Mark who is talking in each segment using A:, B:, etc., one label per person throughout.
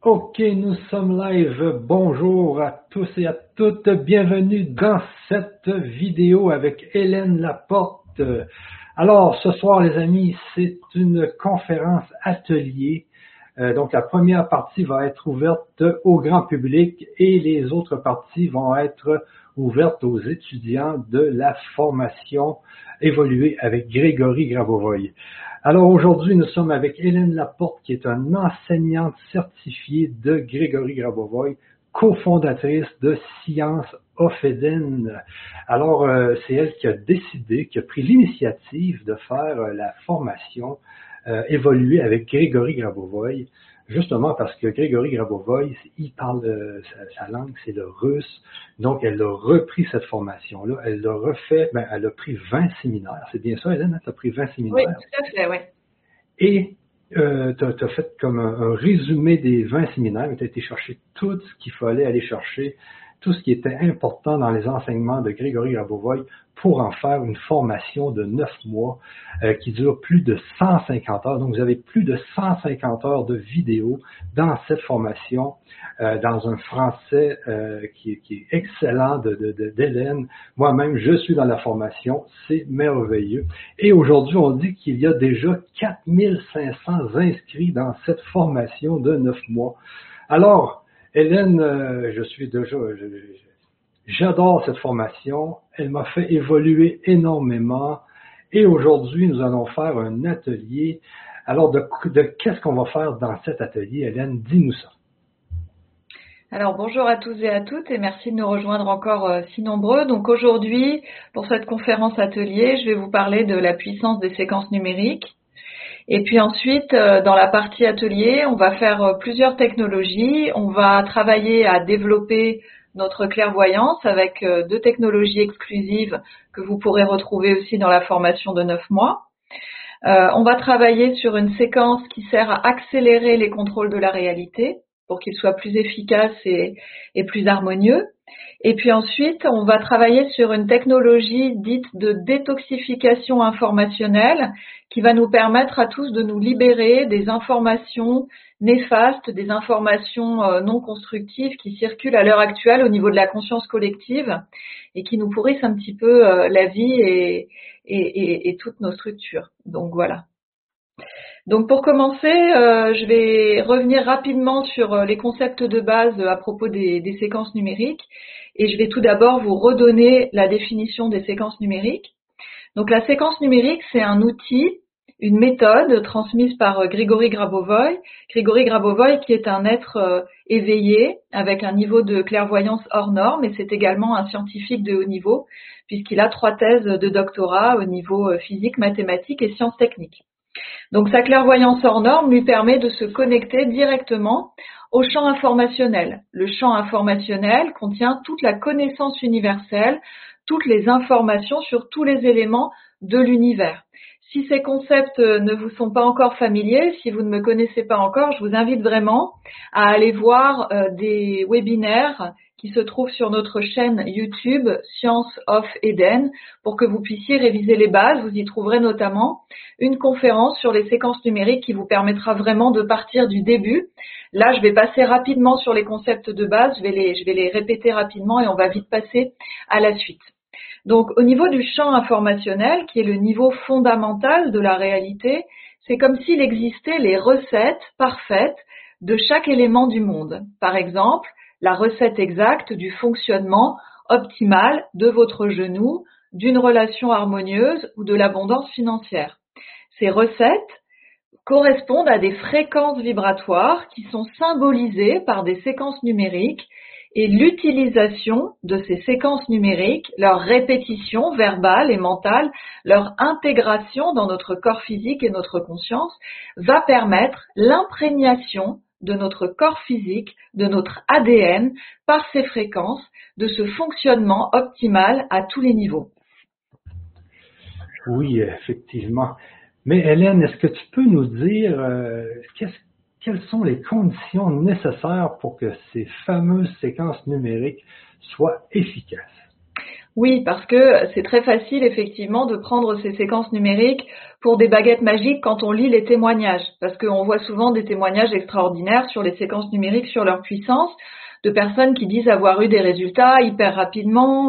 A: Ok, nous sommes live. Bonjour à tous et à toutes. Bienvenue dans cette vidéo avec Hélène Laporte. Alors, ce soir, les amis, c'est une conférence atelier. Donc, la première partie va être ouverte au grand public et les autres parties vont être ouvertes aux étudiants de la formation Évoluer avec Grégory Grabovoy. Alors aujourd'hui, nous sommes avec Hélène Laporte, qui est une enseignante certifiée de Grégory Grabovoy, cofondatrice de Science of Eden. Alors, c'est elle qui a décidé, qui a pris l'initiative de faire la formation Évoluer avec Grégory Grabovoy, justement parce que Grégory Grabovoy, il parle, sa langue, c'est le russe. Donc, elle a repris cette formation-là. Elle l'a refait, elle a pris 20 séminaires. C'est bien ça, Hélène? Tu as pris 20 séminaires?
B: Oui, tout à fait, oui.
A: Et tu as fait comme un résumé des 20 séminaires. Tu as été chercher tout ce qu'il fallait aller chercher, tout ce qui était important dans les enseignements de Grégory Grabovoy pour en faire une formation de 9 mois qui dure plus de 150 heures. Donc, vous avez plus de 150 heures de vidéos dans cette formation, dans un français qui est excellent d'Hélène. Moi-même, je suis dans la formation. C'est merveilleux. Et aujourd'hui, on dit qu'il y a déjà 4500 inscrits dans cette formation de 9 mois. Alors, Hélène, j'adore cette formation. Elle m'a fait évoluer énormément. Et aujourd'hui, nous allons faire un atelier. Alors, de qu'est-ce qu'on va faire dans cet atelier, Hélène? Dis-nous ça.
B: Alors, bonjour à tous et à toutes et merci de nous rejoindre encore si nombreux. Donc aujourd'hui, pour cette conférence atelier, je vais vous parler de la puissance des séquences numériques. Et puis ensuite, dans la partie atelier, on va faire plusieurs technologies. On va travailler à développer notre clairvoyance avec 2 technologies exclusives que vous pourrez retrouver aussi dans la formation de 9 mois. On va travailler sur une séquence qui sert à accélérer les contrôles de la réalité pour qu'ils soient plus efficaces et plus harmonieux. Et puis ensuite, on va travailler sur une technologie dite de détoxification informationnelle qui va nous permettre à tous de nous libérer des informations néfastes, des informations non constructives qui circulent à l'heure actuelle au niveau de la conscience collective et qui nous pourrissent un petit peu la vie et toutes nos structures. Donc voilà. Donc pour commencer, je vais revenir rapidement sur les concepts de base à propos des séquences numériques et je vais tout d'abord vous redonner la définition des séquences numériques. Donc la séquence numérique, c'est un outil, une méthode transmise par Grégory Grabovoy. Grégory Grabovoy qui est un être éveillé avec un niveau de clairvoyance hors norme et c'est également un scientifique de haut niveau puisqu'il a 3 thèses de doctorat au niveau physique, mathématiques et sciences techniques. Donc sa clairvoyance hors norme lui permet de se connecter directement au champ informationnel. Le champ informationnel contient toute la connaissance universelle, toutes les informations sur tous les éléments de l'univers. Si ces concepts ne vous sont pas encore familiers, si vous ne me connaissez pas encore, je vous invite vraiment à aller voir des webinaires qui se trouvent sur notre chaîne YouTube Science of Eden pour que vous puissiez réviser les bases. Vous y trouverez notamment une conférence sur les séquences numériques qui vous permettra vraiment de partir du début. Là, je vais passer rapidement sur les concepts de base, je vais les répéter rapidement et on va vite passer à la suite. Donc, au niveau du champ informationnel, qui est le niveau fondamental de la réalité, c'est comme s'il existait les recettes parfaites de chaque élément du monde. Par exemple, la recette exacte du fonctionnement optimal de votre genou, d'une relation harmonieuse ou de l'abondance financière. Ces recettes correspondent à des fréquences vibratoires qui sont symbolisées par des séquences numériques et l'utilisation de ces séquences numériques, leur répétition verbale et mentale, leur intégration dans notre corps physique et notre conscience va permettre l'imprégnation de notre corps physique, de notre ADN, par ces fréquences, de ce fonctionnement optimal à tous les niveaux.
A: Oui, effectivement. Mais Hélène, est-ce que tu peux nous dire quelles sont les conditions nécessaires pour que ces fameuses séquences numériques soient efficaces?
B: Oui, parce que c'est très facile effectivement de prendre ces séquences numériques pour des baguettes magiques quand on lit les témoignages, parce qu'on voit souvent des témoignages extraordinaires sur les séquences numériques, sur leur puissance, de personnes qui disent avoir eu des résultats hyper rapidement,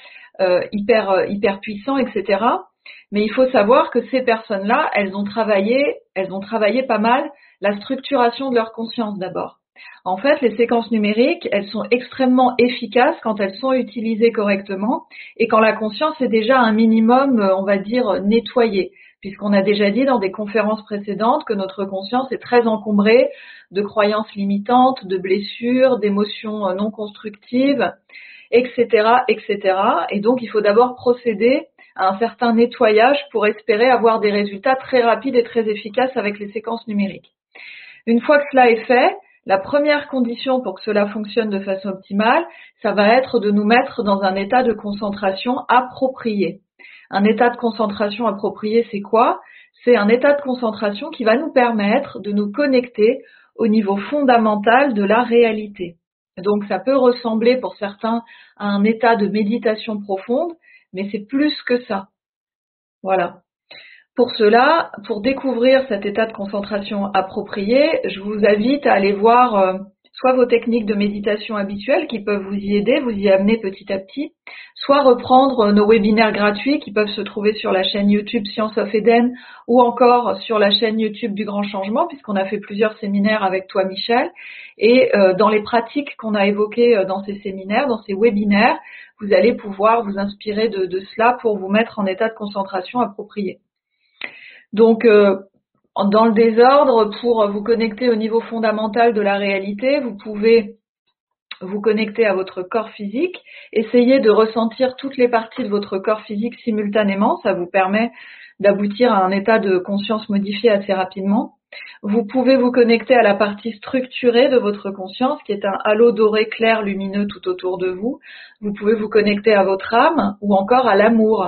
B: hyper puissants, etc. Mais il faut savoir que ces personnes-là, elles ont travaillé pas mal la structuration de leur conscience d'abord. En fait, les séquences numériques, elles sont extrêmement efficaces quand elles sont utilisées correctement et quand la conscience est déjà un minimum, on va dire, nettoyée, puisqu'on a déjà dit dans des conférences précédentes que notre conscience est très encombrée de croyances limitantes, de blessures, d'émotions non constructives, etc., etc. Et donc, il faut d'abord procéder à un certain nettoyage pour espérer avoir des résultats très rapides et très efficaces avec les séquences numériques. Une fois que cela est fait, la première condition pour que cela fonctionne de façon optimale, ça va être de nous mettre dans un état de concentration approprié. Un état de concentration approprié, c'est quoi? C'est un état de concentration qui va nous permettre de nous connecter au niveau fondamental de la réalité. Donc ça peut ressembler pour certains à un état de méditation profonde, mais c'est plus que ça. Voilà. Pour cela, pour découvrir cet état de concentration approprié, je vous invite à aller voir soit vos techniques de méditation habituelles qui peuvent vous y aider, vous y amener petit à petit, soit reprendre nos webinaires gratuits qui peuvent se trouver sur la chaîne YouTube Science of Eden ou encore sur la chaîne YouTube du Grand Changement, puisqu'on a fait plusieurs séminaires avec toi, Michel. Et dans les pratiques qu'on a évoquées dans ces séminaires, dans ces webinaires, vous allez pouvoir vous inspirer de cela pour vous mettre en état de concentration approprié. Donc, dans le désordre, pour vous connecter au niveau fondamental de la réalité, vous pouvez vous connecter à votre corps physique, essayer de ressentir toutes les parties de votre corps physique simultanément, ça vous permet d'aboutir à un état de conscience modifié assez rapidement. Vous pouvez vous connecter à la partie structurée de votre conscience, qui est un halo doré clair lumineux tout autour de vous. Vous pouvez vous connecter à votre âme ou encore à l'amour.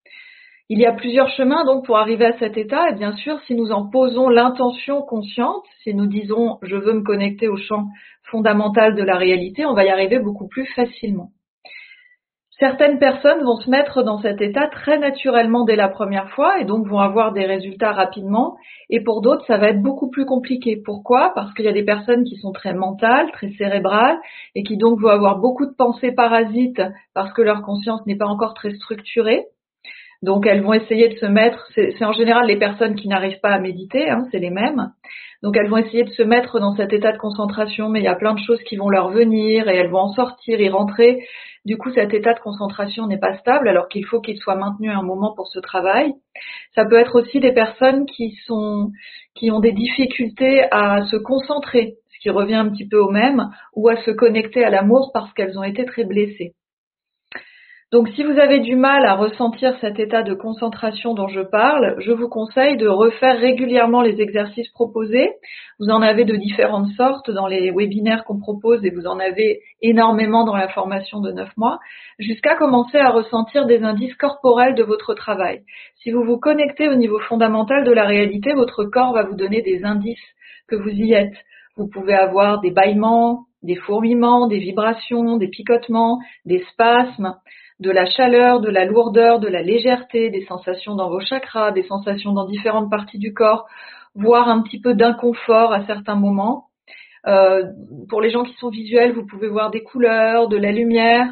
B: Il y a plusieurs chemins donc pour arriver à cet état, et bien sûr, si nous en posons l'intention consciente, si nous disons « je veux me connecter au champ fondamental de la réalité », on va y arriver beaucoup plus facilement. Certaines personnes vont se mettre dans cet état très naturellement dès la première fois et donc vont avoir des résultats rapidement, et pour d'autres, ça va être beaucoup plus compliqué. Pourquoi? Parce qu'il y a des personnes qui sont très mentales, très cérébrales, et qui donc vont avoir beaucoup de pensées parasites parce que leur conscience n'est pas encore très structurée. Donc elles vont essayer de se mettre, c'est en général les personnes qui n'arrivent pas à méditer, c'est les mêmes. Donc elles vont essayer de se mettre dans cet état de concentration, mais il y a plein de choses qui vont leur venir et elles vont en sortir, y rentrer. Du coup, cet état de concentration n'est pas stable alors qu'il faut qu'il soit maintenu un moment pour ce travail. Ça peut être aussi des personnes qui ont des difficultés à se concentrer, ce qui revient un petit peu au même, ou à se connecter à l'amour parce qu'elles ont été très blessées. Donc si vous avez du mal à ressentir cet état de concentration dont je parle, je vous conseille de refaire régulièrement les exercices proposés. Vous en avez de différentes sortes dans les webinaires qu'on propose et vous en avez énormément dans la formation de 9 mois, jusqu'à commencer à ressentir des indices corporels de votre travail. Si vous vous connectez au niveau fondamental de la réalité, votre corps va vous donner des indices que vous y êtes. Vous pouvez avoir des bâillements, des fourmillements, des vibrations, des picotements, des spasmes, de la chaleur, de la lourdeur, de la légèreté, des sensations dans vos chakras, des sensations dans différentes parties du corps, voire un petit peu d'inconfort à certains moments. Pour les gens qui sont visuels, vous pouvez voir des couleurs, de la lumière,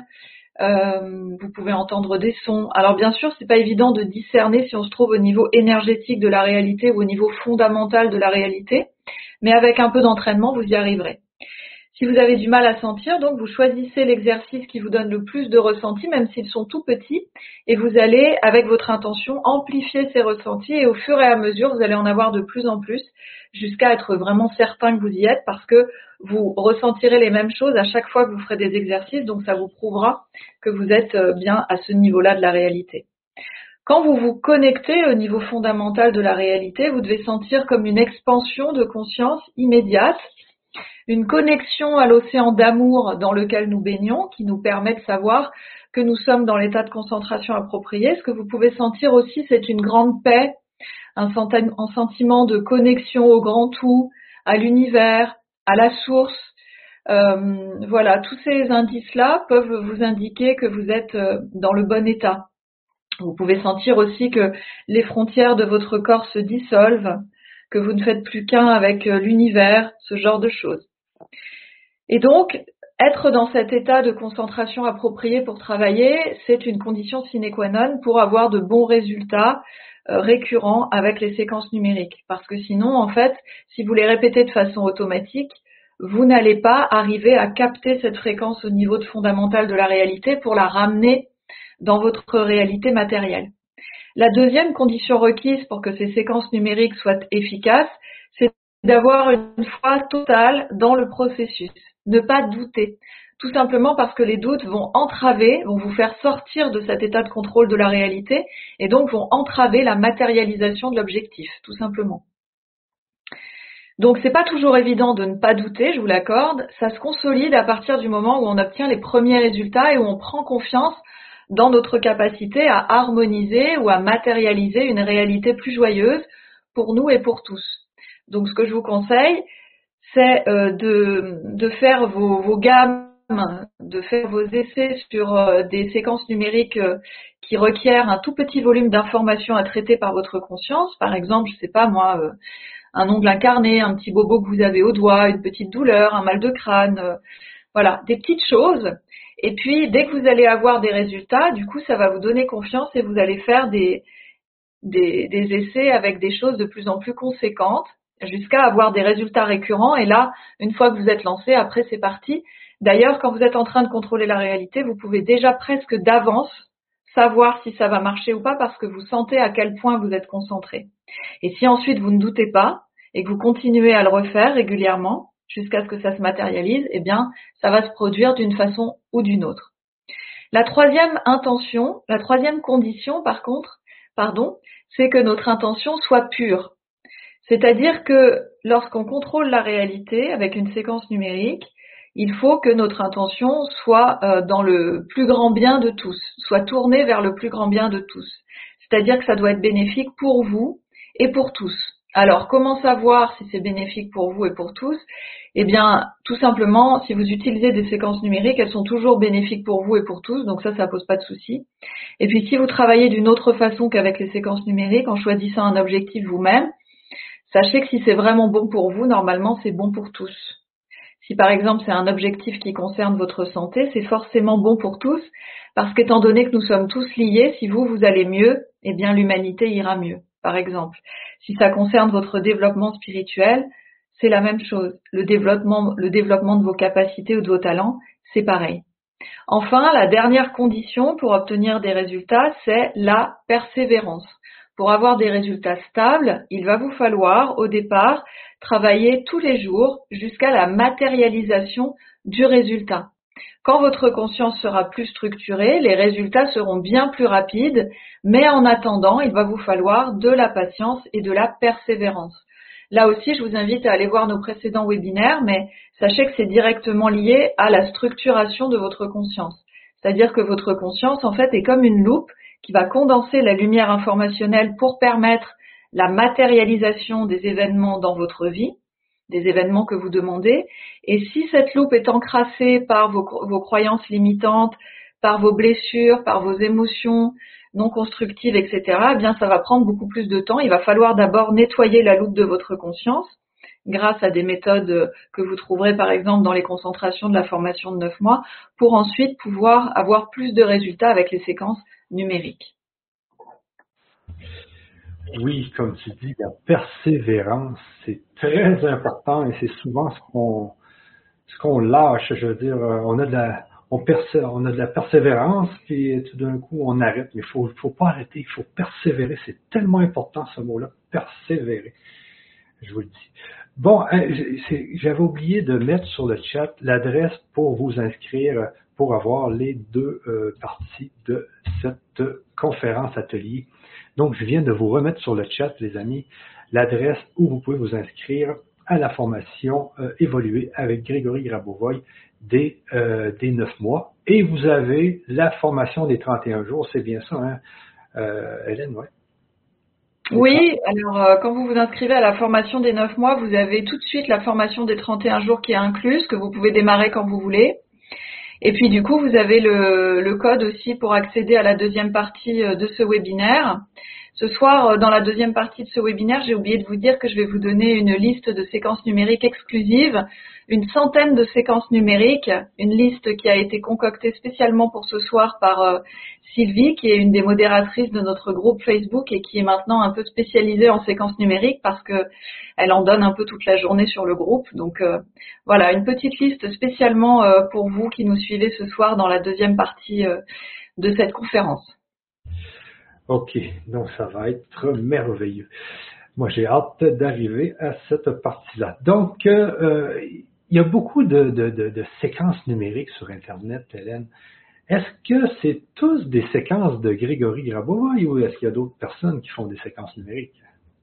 B: vous pouvez entendre des sons. Alors bien sûr, c'est pas évident de discerner si on se trouve au niveau énergétique de la réalité ou au niveau fondamental de la réalité, mais avec un peu d'entraînement, vous y arriverez. Si vous avez du mal à sentir, donc vous choisissez l'exercice qui vous donne le plus de ressentis, même s'ils sont tout petits, et vous allez, avec votre intention, amplifier ces ressentis, et au fur et à mesure, vous allez en avoir de plus en plus, jusqu'à être vraiment certain que vous y êtes, parce que vous ressentirez les mêmes choses à chaque fois que vous ferez des exercices, donc ça vous prouvera que vous êtes bien à ce niveau-là de la réalité. Quand vous vous connectez au niveau fondamental de la réalité, vous devez sentir comme une expansion de conscience immédiate, une connexion à l'océan d'amour dans lequel nous baignons, qui nous permet de savoir que nous sommes dans l'état de concentration approprié. Ce que vous pouvez sentir aussi, c'est une grande paix, un sentiment de connexion au grand tout, à l'univers, à la source, Voilà, tous ces indices-là peuvent vous indiquer que vous êtes dans le bon état. Vous pouvez sentir aussi que les frontières de votre corps se dissolvent, que vous ne faites plus qu'un avec l'univers, ce genre de choses. Et donc, être dans cet état de concentration approprié pour travailler, c'est une condition sine qua non pour avoir de bons résultats récurrents avec les séquences numériques. Parce que sinon, en fait, si vous les répétez de façon automatique, vous n'allez pas arriver à capter cette fréquence au niveau fondamental de la réalité pour la ramener dans votre réalité matérielle. La deuxième condition requise pour que ces séquences numériques soient efficaces, c'est d'avoir une foi totale dans le processus. Ne pas douter. Tout simplement parce que les doutes vont entraver, vont vous faire sortir de cet état de contrôle de la réalité et donc vont entraver la matérialisation de l'objectif, tout simplement. Donc c'est pas toujours évident de ne pas douter, je vous l'accorde. Ça se consolide à partir du moment où on obtient les premiers résultats et où on prend confiance dans notre capacité à harmoniser ou à matérialiser une réalité plus joyeuse pour nous et pour tous. Donc ce que je vous conseille, c'est de faire vos gammes, de faire vos essais sur des séquences numériques qui requièrent un tout petit volume d'informations à traiter par votre conscience. Par exemple, je sais pas moi, un ongle incarné, un petit bobo que vous avez au doigt, une petite douleur, un mal de crâne, voilà, des petites choses. Et puis, dès que vous allez avoir des résultats, du coup, ça va vous donner confiance et vous allez faire des essais avec des choses de plus en plus conséquentes jusqu'à avoir des résultats récurrents. Et là, une fois que vous êtes lancé, après, c'est parti. D'ailleurs, quand vous êtes en train de contrôler la réalité, vous pouvez déjà presque d'avance savoir si ça va marcher ou pas parce que vous sentez à quel point vous êtes concentré. Et si ensuite vous ne doutez pas et que vous continuez à le refaire régulièrement jusqu'à ce que ça se matérialise, eh bien, ça va se produire d'une façon ou d'une autre. La troisième condition, par contre, c'est que notre intention soit pure. C'est-à-dire que lorsqu'on contrôle la réalité avec une séquence numérique, il faut que notre intention soit dans le plus grand bien de tous, soit tournée vers le plus grand bien de tous. C'est-à-dire que ça doit être bénéfique pour vous et pour tous. Alors, comment savoir si c'est bénéfique pour vous et pour tous? Eh bien, tout simplement, si vous utilisez des séquences numériques, elles sont toujours bénéfiques pour vous et pour tous, donc ça pose pas de souci. Et puis, si vous travaillez d'une autre façon qu'avec les séquences numériques, en choisissant un objectif vous-même, sachez que si c'est vraiment bon pour vous, normalement, c'est bon pour tous. Si par exemple c'est un objectif qui concerne votre santé, c'est forcément bon pour tous, parce qu'étant donné que nous sommes tous liés, si vous allez mieux, eh bien l'humanité ira mieux, par exemple. Si ça concerne votre développement spirituel, c'est la même chose. Le développement de vos capacités ou de vos talents, c'est pareil. Enfin, la dernière condition pour obtenir des résultats, c'est la persévérance. Pour avoir des résultats stables, il va vous falloir, au départ, travailler tous les jours jusqu'à la matérialisation du résultat. Quand votre conscience sera plus structurée, les résultats seront bien plus rapides, mais en attendant, il va vous falloir de la patience et de la persévérance. Là aussi, je vous invite à aller voir nos précédents webinaires, mais sachez que c'est directement lié à la structuration de votre conscience. C'est-à-dire que votre conscience, en fait, est comme une loupe qui va condenser la lumière informationnelle pour permettre la matérialisation des événements dans votre vie, des événements que vous demandez. Et si cette loupe est encrassée par vos croyances limitantes, par vos blessures, par vos émotions non constructives, etc., eh bien, ça va prendre beaucoup plus de temps. Il va falloir d'abord nettoyer la loupe de votre conscience grâce à des méthodes que vous trouverez par exemple dans les concentrations de la formation de 9 mois pour ensuite pouvoir avoir plus de résultats avec les séquences numériques.
A: Oui, comme tu dis, la persévérance, c'est très important et c'est souvent ce qu'on lâche. Je veux dire, on a de la persévérance, puis tout d'un coup, on arrête. Mais faut pas arrêter, il faut persévérer. C'est tellement important ce mot-là, persévérer. Je vous le dis. Bon, j'avais oublié de mettre sur le chat l'adresse pour vous inscrire pour avoir les deux parties de cette conférence atelier. Donc, je viens de vous remettre sur le chat, les amis, l'adresse où vous pouvez vous inscrire à la formation évoluer avec Grégory Grabovoy des 9 mois. Et vous avez la formation des 31 jours, c'est bien ça, hein, Hélène, ouais?
B: Oui, alors quand vous vous inscrivez à la formation des 9 mois, vous avez tout de suite la formation des 31 jours qui est incluse, que vous pouvez démarrer quand vous voulez. Et puis du coup, vous avez le code aussi pour accéder à la deuxième partie de ce webinaire. Ce soir, dans la deuxième partie de ce webinaire, j'ai oublié de vous dire que je vais vous donner une liste de séquences numériques exclusives, une centaine de séquences numériques, une liste qui a été concoctée spécialement pour ce soir par Sylvie, qui est une des modératrices de notre groupe Facebook et qui est maintenant un peu spécialisée en séquences numériques parce que elle en donne un peu toute la journée sur le groupe. Donc voilà, une petite liste spécialement pour vous qui nous suivez ce soir dans la deuxième partie de cette conférence.
A: OK, donc ça va être merveilleux. Moi, j'ai hâte d'arriver à cette partie-là. Donc, il y a beaucoup de séquences numériques sur Internet, Hélène. Est-ce que c'est tous des séquences de Grégory Grabovoy ou est-ce qu'il y a d'autres personnes qui font des séquences numériques?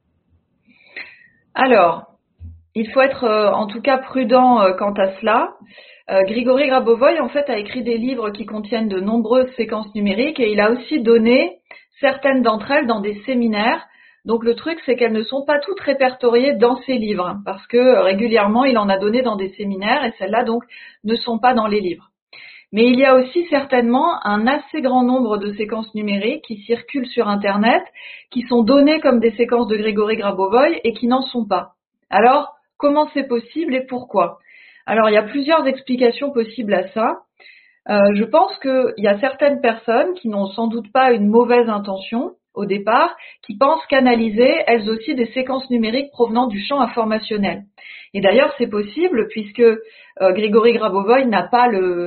B: Alors, il faut être en tout cas prudent quant à cela. Grigory Grabovoy, en fait, a écrit des livres qui contiennent de nombreuses séquences numériques et il a aussi donné certaines d'entre elles dans des séminaires. Donc le truc, c'est qu'elles ne sont pas toutes répertoriées dans ses livres parce que régulièrement, il en a donné dans des séminaires et celles-là, donc, ne sont pas dans les livres. Mais il y a aussi certainement un assez grand nombre de séquences numériques qui circulent sur Internet, qui sont données comme des séquences de Grigory Grabovoy et qui n'en sont pas. Alors, comment c'est possible et pourquoi? Alors, il y a plusieurs explications possibles à ça. Je pense qu'il y a certaines personnes qui n'ont sans doute pas une mauvaise intention au départ, qui pensent canaliser elles aussi des séquences numériques provenant du champ informationnel. Et d'ailleurs, c'est possible puisque Grigory Grabovoy n'a pas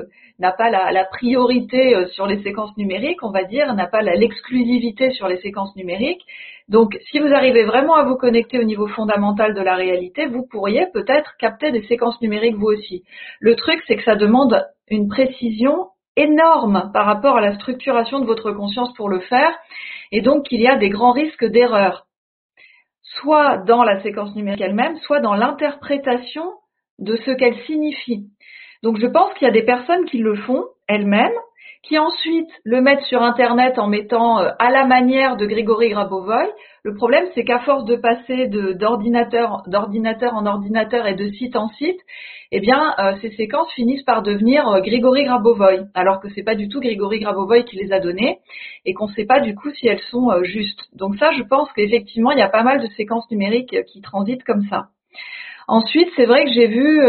B: la priorité sur les séquences numériques, on va dire, n'a pas l'exclusivité sur les séquences numériques. Donc, si vous arrivez vraiment à vous connecter au niveau fondamental de la réalité, vous pourriez peut-être capter des séquences numériques vous aussi. Le truc, c'est que ça demande une précision énorme par rapport à la structuration de votre conscience pour le faire, et donc il y a des grands risques d'erreur, soit dans la séquence numérique elle-même, soit dans l'interprétation de ce qu'elle signifie. Donc je pense qu'il y a des personnes qui le font elles-mêmes, qui ensuite le mettent sur Internet en mettant à la manière de Grigory Grabovoy. Le problème, c'est qu'à force de passer d'ordinateur en ordinateur et de site en site, eh bien, ces séquences finissent par devenir Grigory Grabovoy, alors que c'est pas du tout Grigory Grabovoy qui les a données et qu'on ne sait pas du coup si elles sont justes. Donc ça, je pense qu'effectivement, il y a pas mal de séquences numériques qui transitent comme ça. Ensuite, c'est vrai que j'ai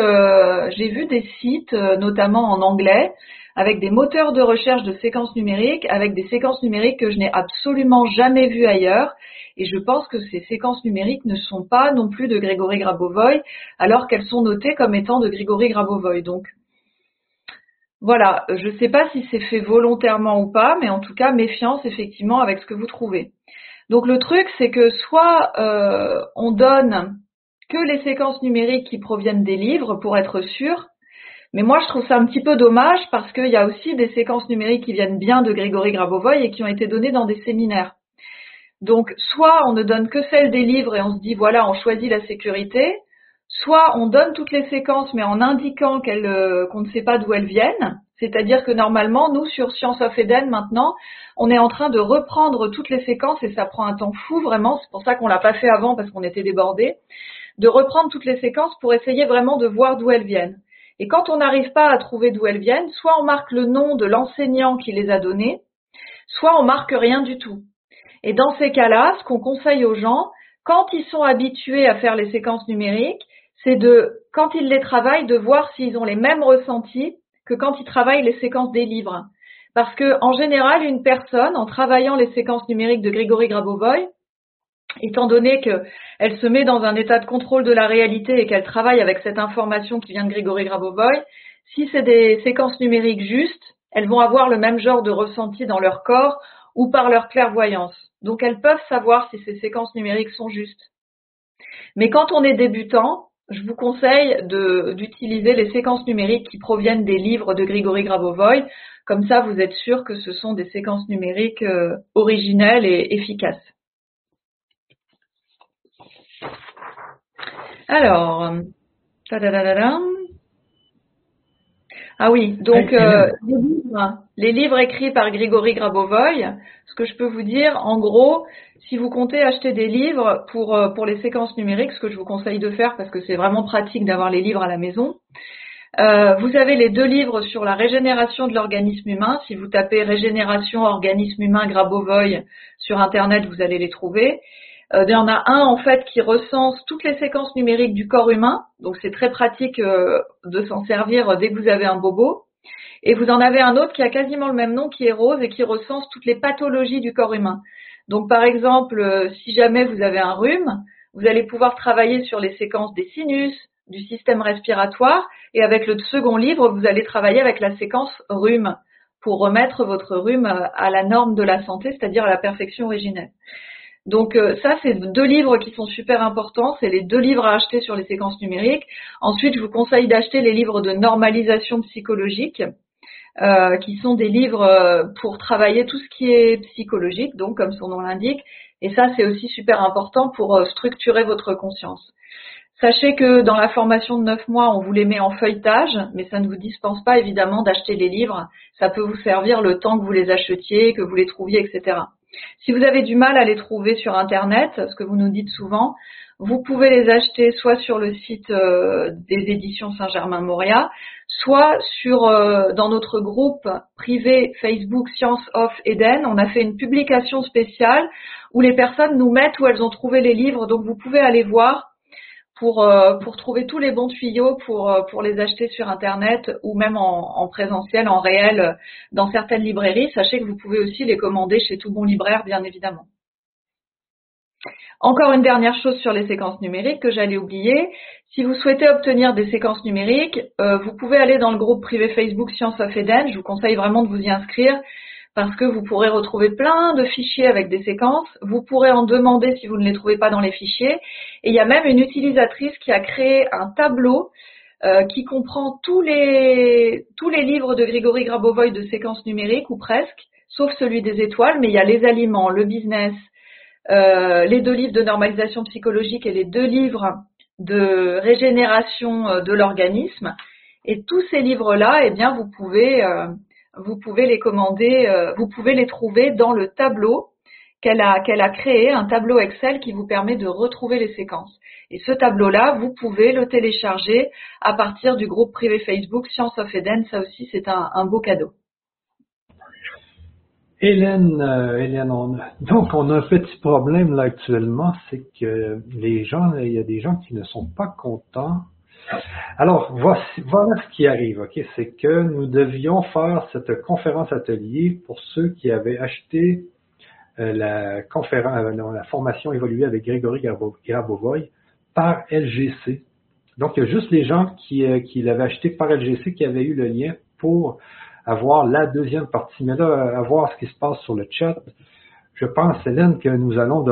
B: vu des sites, notamment en anglais, avec des moteurs de recherche de séquences numériques, avec des séquences numériques que je n'ai absolument jamais vues ailleurs. Et je pense que ces séquences numériques ne sont pas non plus de Grigory Grabovoy, alors qu'elles sont notées comme étant de Grigory Grabovoy. Donc, voilà, je ne sais pas si c'est fait volontairement ou pas, mais en tout cas, méfiance effectivement avec ce que vous trouvez. Donc, le truc, c'est que soit on donne que les séquences numériques qui proviennent des livres pour être sûr. Mais moi, je trouve ça un petit peu dommage parce qu'il y a aussi des séquences numériques qui viennent bien de Grigory Grabovoy et qui ont été données dans des séminaires. Donc, soit on ne donne que celles des livres et on se dit, voilà, on choisit la sécurité, soit on donne toutes les séquences mais en indiquant qu'on ne sait pas d'où elles viennent. C'est-à-dire que normalement, nous, sur Science of Eden, maintenant, on est en train de reprendre toutes les séquences et ça prend un temps fou, vraiment. C'est pour ça qu'on l'a pas fait avant parce qu'on était débordés. De reprendre toutes les séquences pour essayer vraiment de voir d'où elles viennent. Et quand on n'arrive pas à trouver d'où elles viennent, soit on marque le nom de l'enseignant qui les a données, soit on marque rien du tout. Et dans ces cas-là, ce qu'on conseille aux gens, quand ils sont habitués à faire les séquences numériques, c'est quand ils les travaillent, de voir s'ils ont les mêmes ressentis que quand ils travaillent les séquences des livres. Parce que, en général, une personne, en travaillant les séquences numériques de Grigory Grabovoy, étant donné qu'elle se met dans un état de contrôle de la réalité et qu'elle travaille avec cette information qui vient de Grigory Grabovoy, si c'est des séquences numériques justes, elles vont avoir le même genre de ressenti dans leur corps ou par leur clairvoyance. Donc elles peuvent savoir si ces séquences numériques sont justes. Mais quand on est débutant, je vous conseille d'utiliser les séquences numériques qui proviennent des livres de Grigory Grabovoy. Comme ça, vous êtes sûr que ce sont des séquences numériques originelles et efficaces. Alors, ah oui, donc les livres, les livres écrits par Grigory Grabovoy, ce que je peux vous dire, en gros, si vous comptez acheter des livres pour les séquences numériques, ce que je vous conseille de faire parce que c'est vraiment pratique d'avoir les livres à la maison, vous avez les 2 livres sur la régénération de l'organisme humain. Si vous tapez régénération organisme humain Grabovoy sur Internet, vous allez les trouver. Il y en a un en fait qui recense toutes les séquences numériques du corps humain, donc c'est très pratique de s'en servir dès que vous avez un bobo. Et vous en avez un autre qui a quasiment le même nom, qui est rose et qui recense toutes les pathologies du corps humain. Donc par exemple, si jamais vous avez un rhume, vous allez pouvoir travailler sur les séquences des sinus, du système respiratoire, et avec le second livre, vous allez travailler avec la séquence rhume pour remettre votre rhume à la norme de la santé, c'est-à-dire à la perfection originelle. Donc ça, c'est 2 livres qui sont super importants, c'est les 2 livres à acheter sur les séquences numériques. Ensuite, je vous conseille d'acheter les livres de normalisation psychologique, qui sont des livres pour travailler tout ce qui est psychologique, donc comme son nom l'indique, et ça, c'est aussi super important pour structurer votre conscience. Sachez que dans la formation de 9 mois, on vous les met en feuilletage, mais ça ne vous dispense pas évidemment d'acheter les livres. Ça peut vous servir le temps que vous les achetiez, que vous les trouviez, etc. Si vous avez du mal à les trouver sur Internet, ce que vous nous dites souvent, vous pouvez les acheter soit sur le site des éditions Saint-Germain-Moriat, soit dans notre groupe privé Facebook Science of Eden. On a fait une publication spéciale où les personnes nous mettent où elles ont trouvé les livres, donc vous pouvez aller voir pour trouver tous les bons tuyaux pour les acheter sur Internet ou même en présentiel, en réel, dans certaines librairies. Sachez que vous pouvez aussi les commander chez tout bon libraire, bien évidemment. Encore une dernière chose sur les séquences numériques que j'allais oublier. Si vous souhaitez obtenir des séquences numériques, vous pouvez aller dans le groupe privé Facebook Science of Eden. Je vous conseille vraiment de vous y inscrire parce que vous pourrez retrouver plein de fichiers avec des séquences. Vous pourrez en demander si vous ne les trouvez pas dans les fichiers. Et il y a même une utilisatrice qui a créé un tableau qui comprend tous les livres de Grigory Grabovoy de séquences numériques, ou presque, sauf celui des étoiles, mais il y a les aliments, le business, les 2 livres de normalisation psychologique et les 2 livres de régénération de l'organisme. Et tous ces livres-là, eh bien, vous pouvez les commander, vous pouvez les trouver dans le tableau qu'elle a créé, un tableau Excel qui vous permet de retrouver les séquences. Et ce tableau-là, vous pouvez le télécharger à partir du groupe privé Facebook Science of Eden. Ça aussi, c'est un beau cadeau.
A: Hélène, donc on a un petit problème là actuellement, c'est que il y a des gens qui ne sont pas contents. Alors, voilà ce qui arrive, ok? C'est que nous devions faire cette conférence atelier pour ceux qui avaient acheté la formation évoluée avec Grigory Grabovoy par LGC. Donc, il y a juste les gens qui l'avaient acheté par LGC qui avaient eu le lien pour avoir la deuxième partie. Mais là, à voir ce qui se passe sur le chat, je pense, Hélène, que nous allons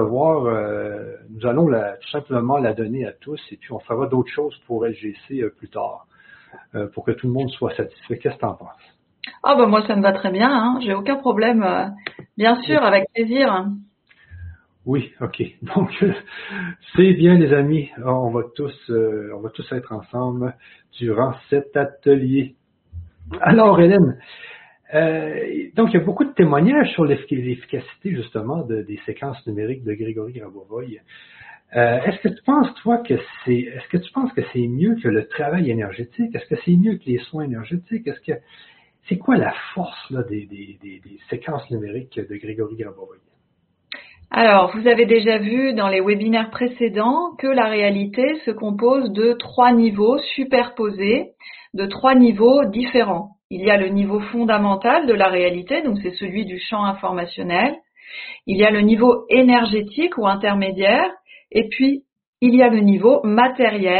A: tout simplement la donner à tous et puis on fera d'autres choses pour LGC plus tard, pour que tout le monde soit satisfait. Qu'est-ce que tu en penses?
B: Ah ben moi ça me va très bien, hein. J'ai aucun problème, bien sûr, avec plaisir.
A: Oui, ok. Donc c'est bien les amis, on va tous être ensemble durant cet atelier. Alors Hélène, donc il y a beaucoup de témoignages sur l'efficacité justement des séquences numériques de Grigory Grabovoy. Est-ce que tu penses que c'est mieux que le travail énergétique? Est-ce que c'est mieux que les soins énergétiques? C'est quoi la force là, des séquences numériques de Grigory Grabovoy?
B: Alors, vous avez déjà vu dans les webinaires précédents que la réalité se compose de 3 niveaux superposés, de 3 niveaux différents. Il y a le niveau fondamental de la réalité, donc c'est celui du champ informationnel. Il y a le niveau énergétique ou intermédiaire, et puis il y a le niveau matériel.